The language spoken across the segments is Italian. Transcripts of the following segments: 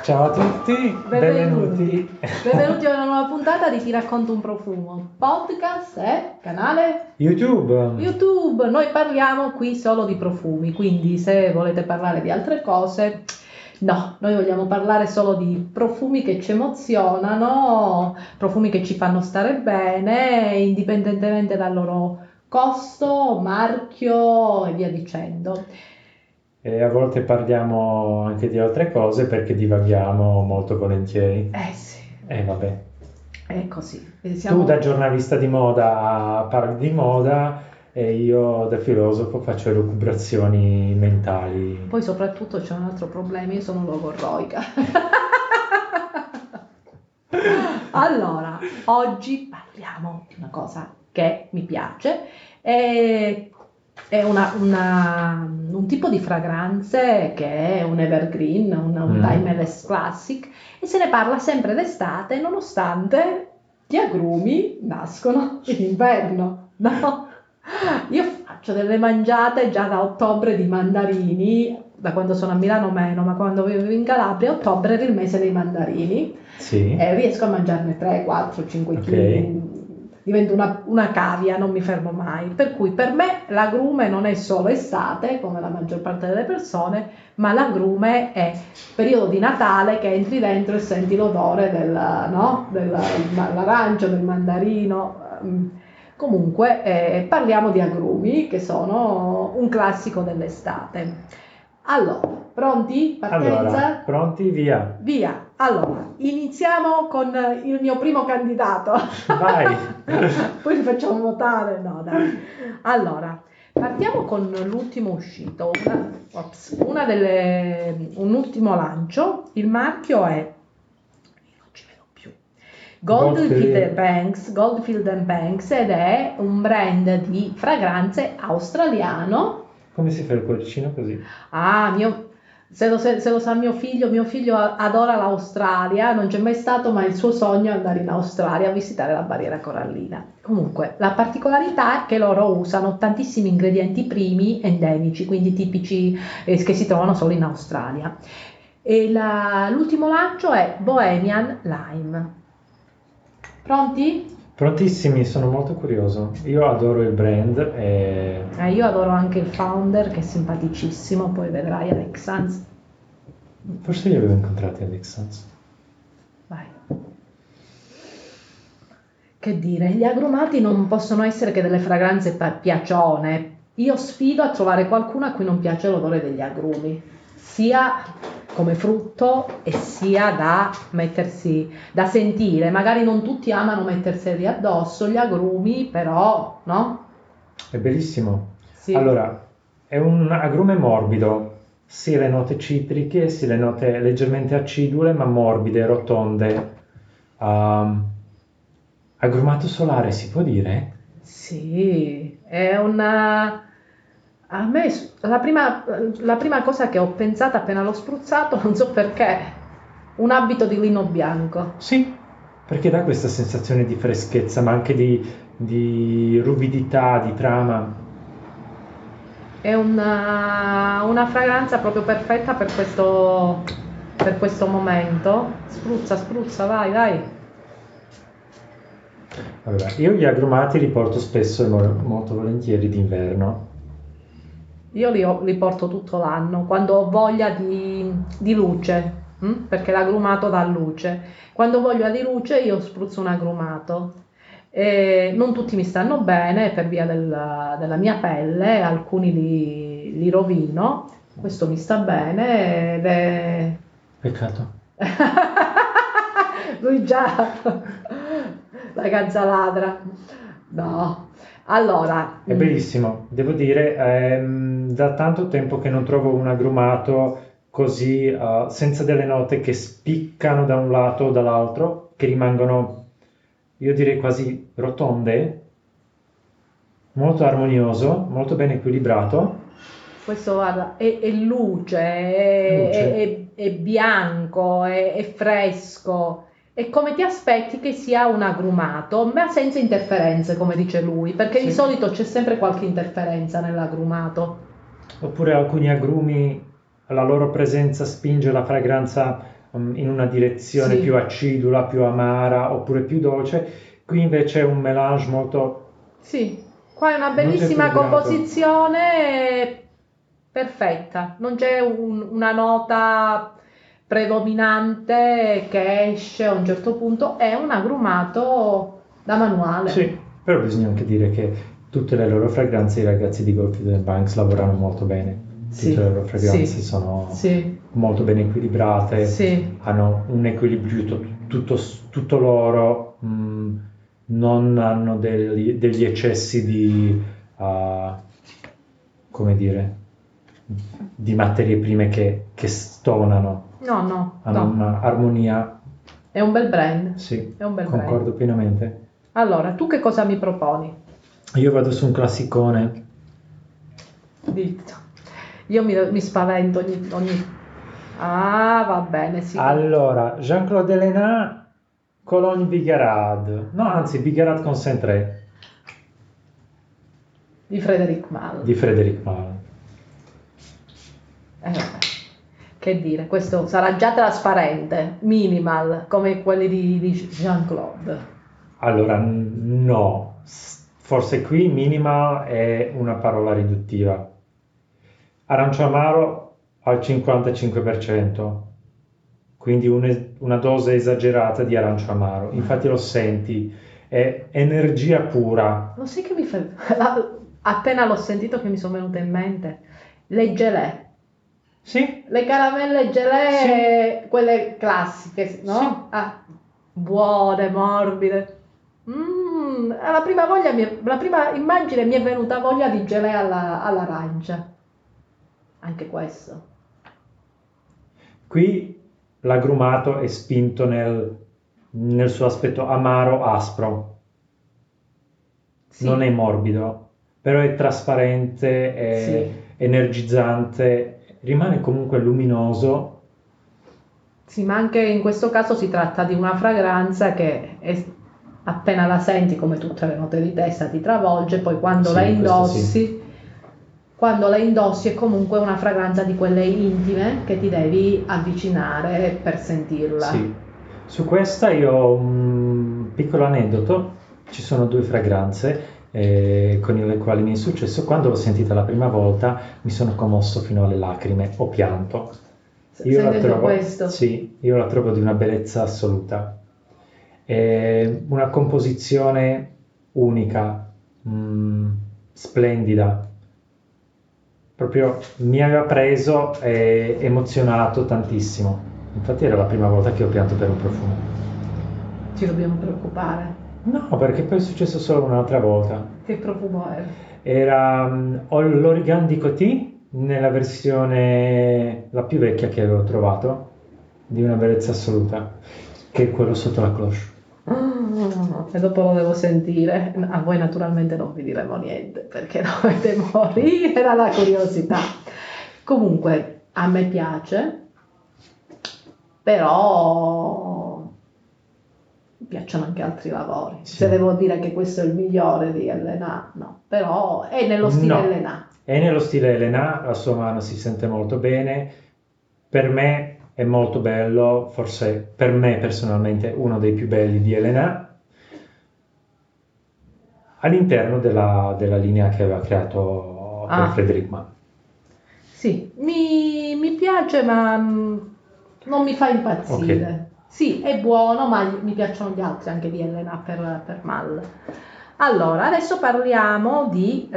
Ciao a tutti, benvenuti. Benvenuti a una nuova puntata di Ti racconto un profumo, podcast e canale YouTube. Noi parliamo qui solo di profumi, quindi se volete parlare di altre cose, no, noi vogliamo parlare solo di profumi che ci emozionano, profumi che ci fanno stare bene, indipendentemente dal loro costo, marchio e via dicendo. E a volte parliamo anche di altre cose perché divaghiamo molto volentieri. Sì, Vabbè. è così. Tu da giornalista di moda parli di moda e io da filosofo faccio elucubrazioni mentali. Poi soprattutto c'è un altro problema, io sono logorroica. Allora, oggi parliamo di una cosa che mi piace, è un tipo di fragranze che è un evergreen, un timeless classic, e se ne parla sempre d'estate nonostante gli agrumi nascono in inverno, no? Io faccio delle mangiate già da ottobre di mandarini, da quando sono a Milano meno, ma quando vivevo in Calabria, ottobre era il mese dei mandarini. Sì. E riesco a mangiarne 3, 4, 5 kg. Divento una cavia, non mi fermo mai. Per cui per me l'agrume non è solo estate, come la maggior parte delle persone, ma l'agrume è periodo di Natale che entri dentro e senti l'odore dell'arancio, del mandarino. Comunque parliamo di agrumi che sono un classico dell'estate. Allora, pronti? Partenza? Allora, pronti? Via. Via. Allora, iniziamo con il mio primo candidato. Vai. Poi li facciamo votare. No, dai. Allora, partiamo con l'ultimo uscito, un ultimo lancio. Il marchio è, non ci vedo più, Goldfield Banks, ed è un brand di fragranze australiano. Come si fa il cuoricino così? Se lo sa mio figlio adora l'Australia, non c'è mai stato, ma il suo sogno è andare in Australia a visitare la barriera corallina. Comunque, la particolarità è che loro usano tantissimi ingredienti primi endemici, quindi tipici che si trovano solo in Australia. E l'ultimo lancio è Bohemian Lime. Pronti? Prontissimi, sono molto curioso. Io adoro il brand e... Io adoro anche il founder, che è simpaticissimo, poi vedrai Alex Sanz. Forse li avevo incontrati Alex Sanz. Vai. Che dire, gli agrumati non possono essere che delle fragranze piacione. Io sfido a trovare qualcuno a cui non piace l'odore degli agrumi, sia come frutto e sia da mettersi, da sentire. Magari non tutti amano metterseli addosso gli agrumi, però, no? È bellissimo. Sì. Allora, è un agrume morbido, sì le note citriche, sì le note leggermente acidule, ma morbide, rotonde. Agrumato solare, si può dire? Sì, è una... A me la prima cosa che ho pensato appena l'ho spruzzato, non so perché, un abito di lino bianco. Sì, perché dà questa sensazione di freschezza, ma anche di ruvidità, di trama. È una fragranza proprio perfetta per questo momento. Spruzza, vai. Allora, io gli agrumati li porto spesso e molto volentieri d'inverno. Io li porto tutto l'anno, quando ho voglia di luce, perché l'agrumato dà luce. Quando ho voglia di luce io spruzzo un agrumato. Non tutti mi stanno bene per via della mia pelle, alcuni li rovino, questo mi sta bene ed è... Peccato. Lui già, la canzaladra. No. Allora, è bellissimo, devo dire, da tanto tempo che non trovo un agrumato così, senza delle note che spiccano da un lato o dall'altro, che rimangono, io direi quasi rotonde, molto armonioso, molto ben equilibrato. Questo guarda, è luce, è bianco, è fresco. È come ti aspetti che sia un agrumato, ma senza interferenze, come dice lui, perché di solito c'è sempre qualche interferenza nell'agrumato. Oppure alcuni agrumi, la loro presenza spinge la fragranza in una direzione Sì. più acidula, più amara oppure più dolce. Qui invece è un mélange molto, Sì, qua è una molto bellissima equilibrato. composizione perfetta, non c'è una nota predominante che esce a un certo punto, è un agrumato da manuale. Sì, però bisogna anche dire che tutte le loro fragranze, i ragazzi di Golden Banks lavorano molto bene. Tutte Sì, le loro fragranze sì, sono sì, molto ben equilibrate, sì. hanno un equilibrio tutto loro, non hanno degli eccessi di, ah, come dire, di materie prime che stonano. No, no, Hanno no, un'armonia, è un bel brand, sì, è un bel brand. concordo pienamente. Allora, tu che cosa mi proponi? Io vado su un classicone. Dito. Io mi spavento Ah, va bene, sì. Allora, Jean-Claude Ellena, Cologne Bigarade. No, anzi, Bigarade Concentré Di Frederic Malle. di Frédéric Malle. Vabbè. Che dire, questo sarà già trasparente, minimal, come quelli di Jean-Claude. Allora, no. Forse qui minima è una parola riduttiva. Arancio amaro al 55%, quindi una dose esagerata di arancio amaro. Infatti lo senti, è energia pura. Lo sai che mi fa... Appena l'ho sentito che mi sono venute in mente le gelée. Sì, Le caramelle sì, gelée, quelle classiche, sì. no? Ah, buone, morbide. La prima la prima immagine mi è venuta voglia di gelée all'arancia. Anche questo. Qui l'agrumato è spinto nel suo aspetto amaro, aspro, non è Sì, morbido, però è trasparente, è sì. energizzante, rimane comunque luminoso. Sì, ma anche in questo caso si tratta di una fragranza che appena la senti, come tutte le note di testa, ti travolge, poi Sì, questo sì. quando la indossi è comunque una fragranza di quelle intime che ti devi avvicinare per sentirla. Sì, su questa io ho un piccolo aneddoto, ci sono due fragranze con le quali mi è successo, quando l'ho sentita la prima volta mi sono commosso fino alle lacrime, ho pianto. Io la Sentendo trovo, questo. sì, io la trovo di una bellezza assoluta. È una composizione unica, splendida. Proprio mi aveva preso e emozionato tantissimo. Infatti era la prima volta che ho pianto per un profumo. Ci dobbiamo preoccupare. No, perché poi è successo solo un'altra volta. Che profumo è? Era l'Origan di Coty nella versione la più vecchia che avevo trovato, di una bellezza assoluta, che è quello sotto la cloche. E dopo lo devo sentire. A voi naturalmente non vi diremo niente perché dovete morire dalla curiosità. Comunque, a me piace, però mi piacciono anche altri lavori. Se Sì. devo dire che questo è il migliore di Elena, no, però è nello stile No, Elena. è nello stile Elena, la sua mano si sente molto bene. Per me è molto bello, forse per me personalmente uno dei più belli di Elena, all'interno della linea che aveva creato per Ah, Frédéric Mann. sì, mi piace, ma non mi fa Ok, impazzire. Sì, è buono, ma mi piacciono gli altri anche di Elena per Mal. Allora, adesso parliamo di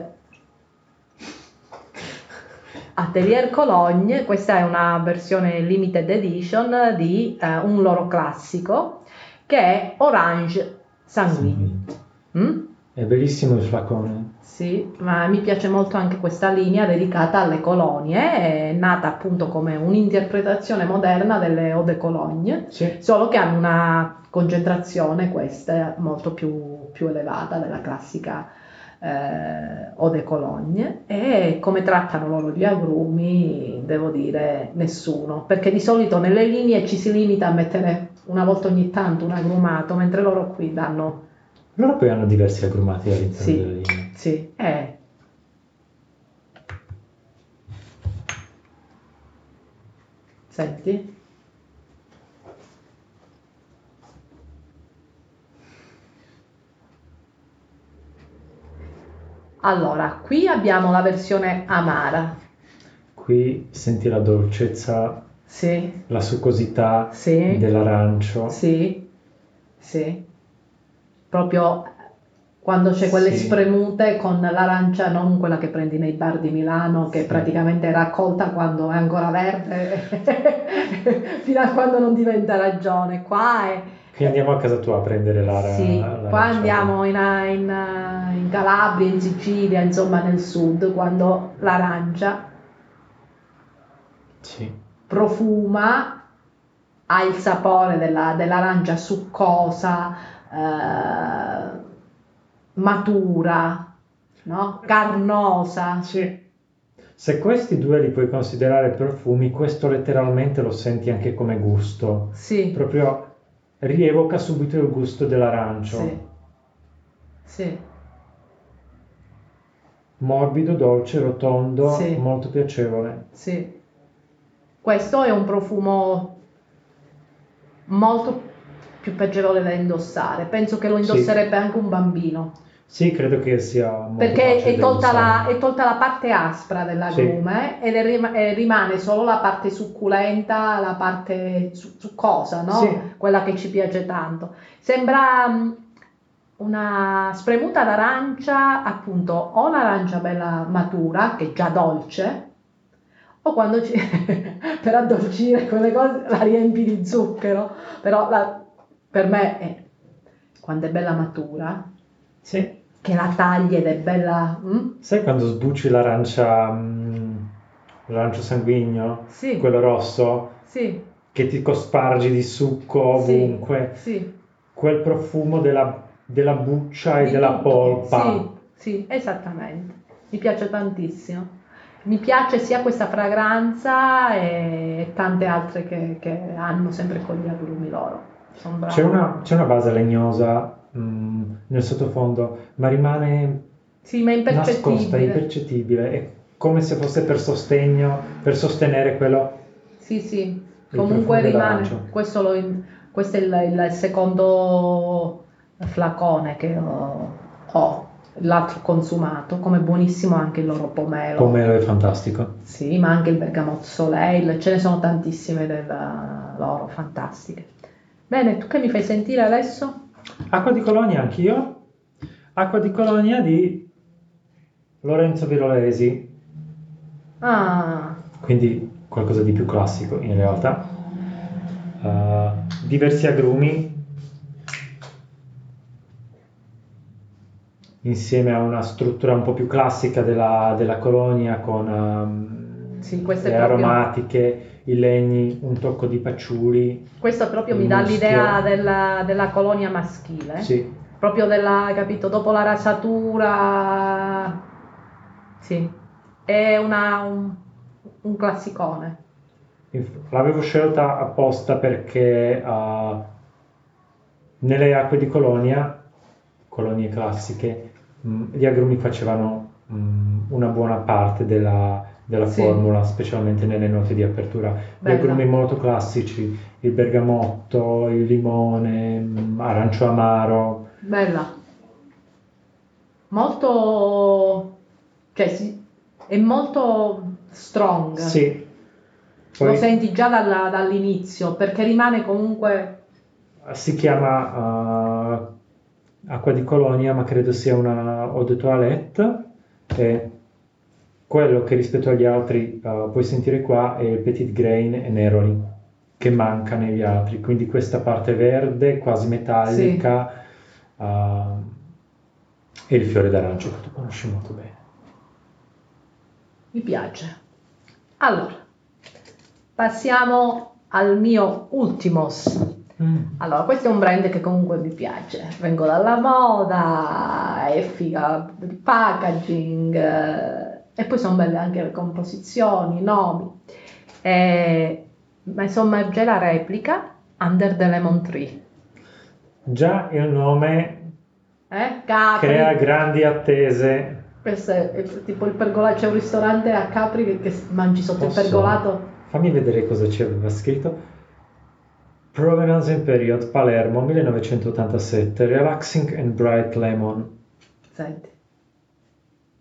Atelier Cologne. Questa è una versione limited edition di un loro classico che è Orange Sanguine. sanguigno. Mm? È bellissimo il flacone. Sì, ma mi piace molto anche questa linea dedicata alle colonie, è nata appunto come un'interpretazione moderna delle Eau de Cologne, Sì, solo che hanno una concentrazione questa molto più elevata della classica Eau de Cologne, e come trattano loro gli agrumi, devo dire nessuno, perché di solito nelle linee ci si limita a mettere una volta ogni tanto un agrumato, mentre loro qui danno... loro poi hanno diversi agrumati all'interno della Sì, linea. sì, senti? Allora, qui abbiamo la versione amara. Qui senti la dolcezza, Sì, la succosità sì, dell'arancio. sì, sì. Proprio quando c'è quelle Sì, spremute con l'arancia, non quella che prendi nei bar di Milano, che sì. praticamente è raccolta quando è ancora verde, fino a quando non diventa ragione. Qua Qui andiamo a casa tua a prendere sì, qua l'aranciata. andiamo in Calabria, in Sicilia, insomma nel sud, quando l'arancia Sì, profuma, ha il sapore dell'arancia succosa, matura, no? Carnosa. sì. Se questi due li puoi considerare profumi, questo letteralmente lo senti anche come gusto. Sì, Proprio rievoca subito il gusto sì, dell'arancio. sì, Morbido, dolce, rotondo, sì, molto piacevole. sì. Questo è un profumo molto più piacevole da indossare. Penso che lo Sì, indosserebbe anche un bambino. sì, credo che sia molto Perché facile da indossare. è tolta la parte aspra Sì, dell'agrume ed rimane solo la parte succulenta, la parte succosa, no? sì, Quella che ci piace tanto. Sembra una spremuta d'arancia, appunto, o l'arancia bella matura, che è già dolce, o quando per addolcire quelle cose la riempi di zucchero. Però per me è quando è bella matura, sì. che la tagli ed è bella. Sai quando sbucci l'arancia, l'arancio sanguigno, Sì, quello rosso, sì, che ti cospargi di succo sì, ovunque? sì, Quel profumo della buccia e di della tutto, polpa. sì, sì, esattamente. Mi piace tantissimo. Mi piace sia questa fragranza e tante altre che hanno sempre quegli agrumi loro. Sono bravi. C'è una base legnosa, nel sottofondo, ma rimane Sì, ma è nascosta, impercettibile. impercettibile. È come se fosse per sostegno, per sostenere quello, Sì, sì, il profumo comunque dell'arancio. rimane. Questo è il secondo flacone che ho, l'altro consumato, come buonissimo anche il loro pomelo. Pomelo è fantastico. Sì, ma anche il bergamot soleil, ce ne sono tantissime loro, fantastiche. Bene, tu che mi fai sentire adesso? Acqua di colonia anch'io. Acqua di colonia di Lorenzo Virolesi, Ah, quindi qualcosa di più classico in realtà. Diversi agrumi insieme a una struttura un po' più classica della colonia con sì, questo è le proprio. aromatiche, i legni, un tocco di patchouli, Questo proprio il mi dà l'idea muschio. della colonia maschile, Sì, proprio della, capito, dopo la rasatura, sì, è un classicone. l'avevo scelta apposta perché nelle acque di colonia, colonie classiche, gli agrumi facevano una buona parte della Sì, formula, specialmente nelle note di apertura. Gli agrumi bella, molto classici, il bergamotto, il limone, arancio amaro. bella, molto, cioè è molto strong, Sì, lo poi senti già dall'inizio, perché rimane comunque, si chiama acqua di colonia, ma credo sia una eau de toilette. E quello che rispetto agli altri puoi sentire qua è il petit grain e neroli, che manca negli altri. Quindi questa parte verde, quasi sì, metallica, eh, e il fiore d'arancio che tu conosci molto bene. mi piace. Allora, passiamo al mio Ultimos. Mm. Allora, questo è un brand che comunque mi piace. Vengo dalla moda, è figa il packaging, e poi sono belle anche le composizioni, i nomi. Ma insomma, c'è la replica Under the Lemon Tree. Già il nome crea Capri. grandi attese. Questo è tipo il pergolato, c'è un ristorante a Capri che mangi sotto il Posso? pergolato. Fammi vedere cosa ci aveva scritto. Provenance and Period, Palermo, 1987, Relaxing and Bright Lemon. Senti.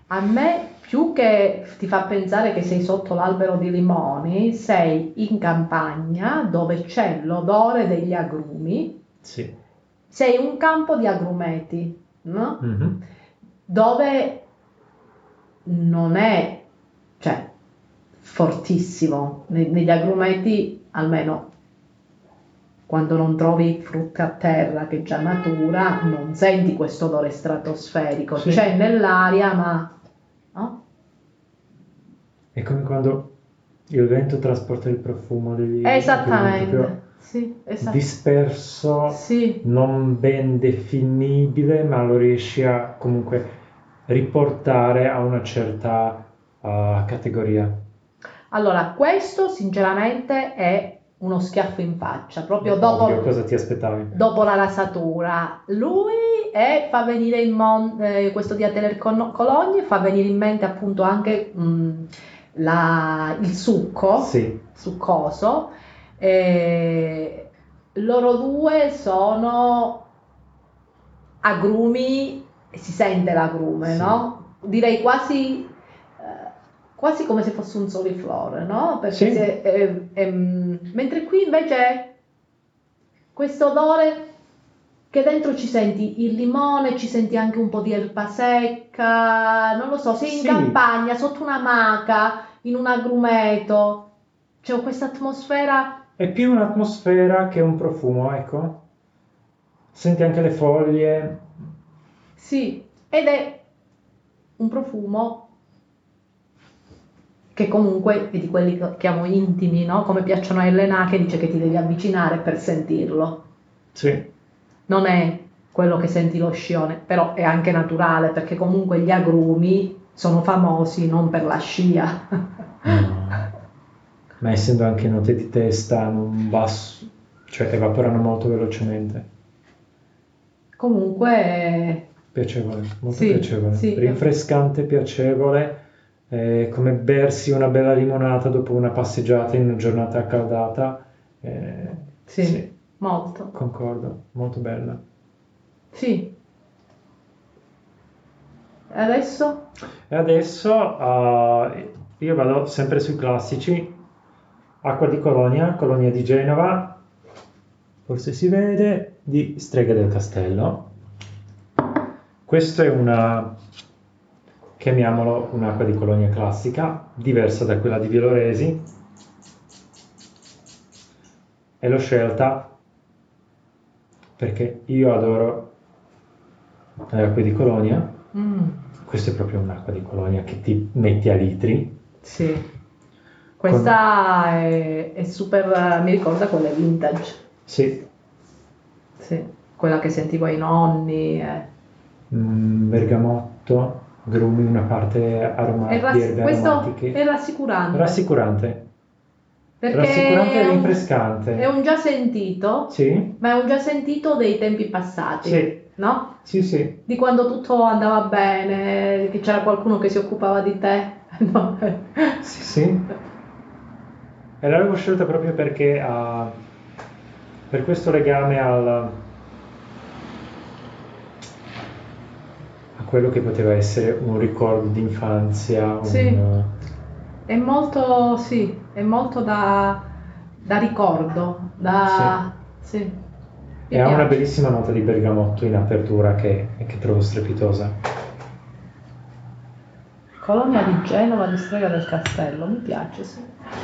A me più che ti fa pensare che sei sotto l'albero di limoni, sei in campagna dove c'è l'odore degli agrumi, Sì. sei un campo di agrumeti, no? Mhm. Dove non è, cioè, fortissimo. Negli agrumeti, almeno quando non trovi frutta a terra che già matura, non senti questo odore stratosferico. Sì. C'è nell'aria, ma no? È come quando il vento trasporta il profumo degli agrumi Esattamente, proprio sì, esatto. disperso, Sì. non ben definibile, ma lo riesci a comunque riportare a una certa categoria. Allora, questo sinceramente è uno schiaffo in faccia, proprio Ovvio, cosa ti aspettavi? dopo la rasatura. Lui fa venire questo Diateler Cologne, fa venire in mente appunto anche il succo, Sì, succoso. Loro due sono agrumi, si sente l'agrume, Sì. no? Direi quasi come se fosse un soliflora, no? Perché Sì. mentre qui invece questo odore che dentro ci senti il limone, ci senti anche un po' di erba secca, non lo so, sei in Sì, campagna, sotto una maca, in un agrumeto, c'è questa atmosfera, è più un'atmosfera che un profumo, ecco. Senti anche le foglie. sì, ed è un profumo che comunque è di quelli che chiamo intimi, no? Come piacciono a Elena, che dice che ti devi avvicinare per sentirlo. Sì. Non è quello che senti lo scione, però è anche naturale perché comunque gli agrumi sono famosi non per la scia. No. Ma essendo anche note di testa, cioè evaporano molto velocemente. Comunque, Piacevole, molto sì, piacevole. sì, Rinfrescante, piacevole, come bersi una bella limonata dopo una passeggiata in una giornata accaldata. sì, Sì, molto. concordo, molto bella. Sì. E adesso? E adesso io vado sempre sui classici. Acqua di Colonia, Colonia di Genova, forse si vede, di Strega del Castello. Questo è chiamiamolo un'acqua di Colonia classica, diversa da quella di Villoresi, e l'ho scelta perché io adoro le acque di Colonia. Mm, Questa è proprio un'acqua di Colonia che ti metti a litri. sì. Con... Questa è super, mi ricorda quelle vintage. Sì, Sì, quella che sentivo ai nonni. bergamotto, agrumi, una parte di erbe Questo è aromatiche. rassicurante Rassicurante. perché Rassicurante e è rinfrescante. un già sentito, Sì, ma è un già sentito dei tempi passati, sì, no? sì, sì, Di quando tutto andava bene, che c'era qualcuno che si occupava di te. No. sì, sì. E l'avevo scelta proprio perché per questo legame a quello che poteva essere un ricordo di infanzia, Sì, è molto, sì, è molto da ricordo, sì. sì, E mi ha una piace. bellissima nota di bergamotto in apertura che trovo strepitosa. Colonia di Genova di Strega del Castello, mi piace, sì.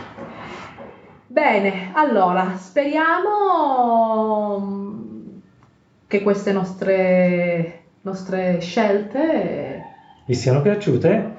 Bene, allora, speriamo che queste nostre scelte Vi siano piaciute?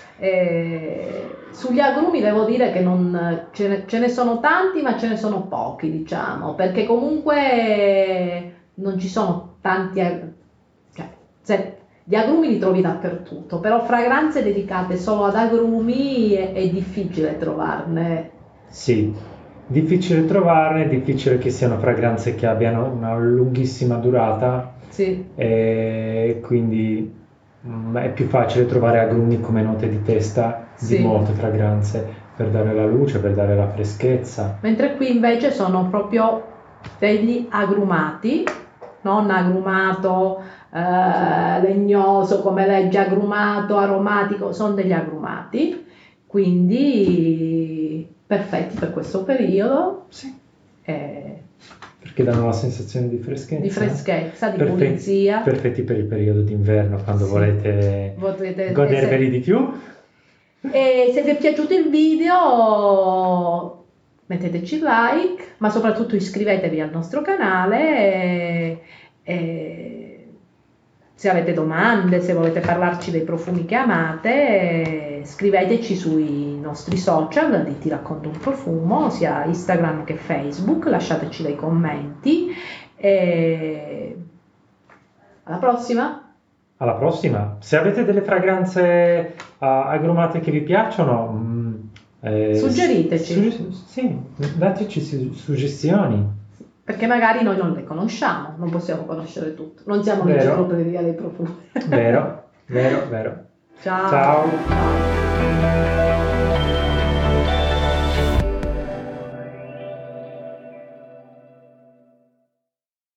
sugli agrumi devo dire che non, ce ne sono tanti, ma ce ne sono pochi, diciamo, perché comunque non ci sono tanti, cioè, gli agrumi li trovi dappertutto, però fragranze dedicate solo ad agrumi è difficile trovarne. Sì, difficile trovarne, difficile che siano fragranze che abbiano una lunghissima durata, Sì, e quindi è più facile trovare agrumi come note di testa di sì. molte fragranze per dare la luce, per dare la freschezza. Mentre qui invece sono proprio degli agrumati, non agrumato, legnoso come legge, agrumato, aromatico, sono degli agrumati, quindi perfetti per questo periodo. Sì. eh, Perché danno la sensazione di freschezza. di freschezza, di Perfetti- pulizia. Perfetti per il periodo d'inverno, quando Sì. volete Potrete goderveli di più. E se vi è piaciuto il video metteteci like, ma soprattutto iscrivetevi al nostro canale e se avete domande, se volete parlarci dei profumi che amate, scriveteci sui nostri social di Ti racconto un profumo, sia Instagram che Facebook, lasciateci dei commenti e alla prossima! Alla prossima. Se avete delle fragranze agrumate che vi piacciono, Suggeriteci. sì, dateci suggestioni. Perché magari noi non le conosciamo, non possiamo conoscere tutto, non siamo Vero. l'enciclopedia dei profumi. Vero, vero, vero. Ciao. Ciao. Ciao.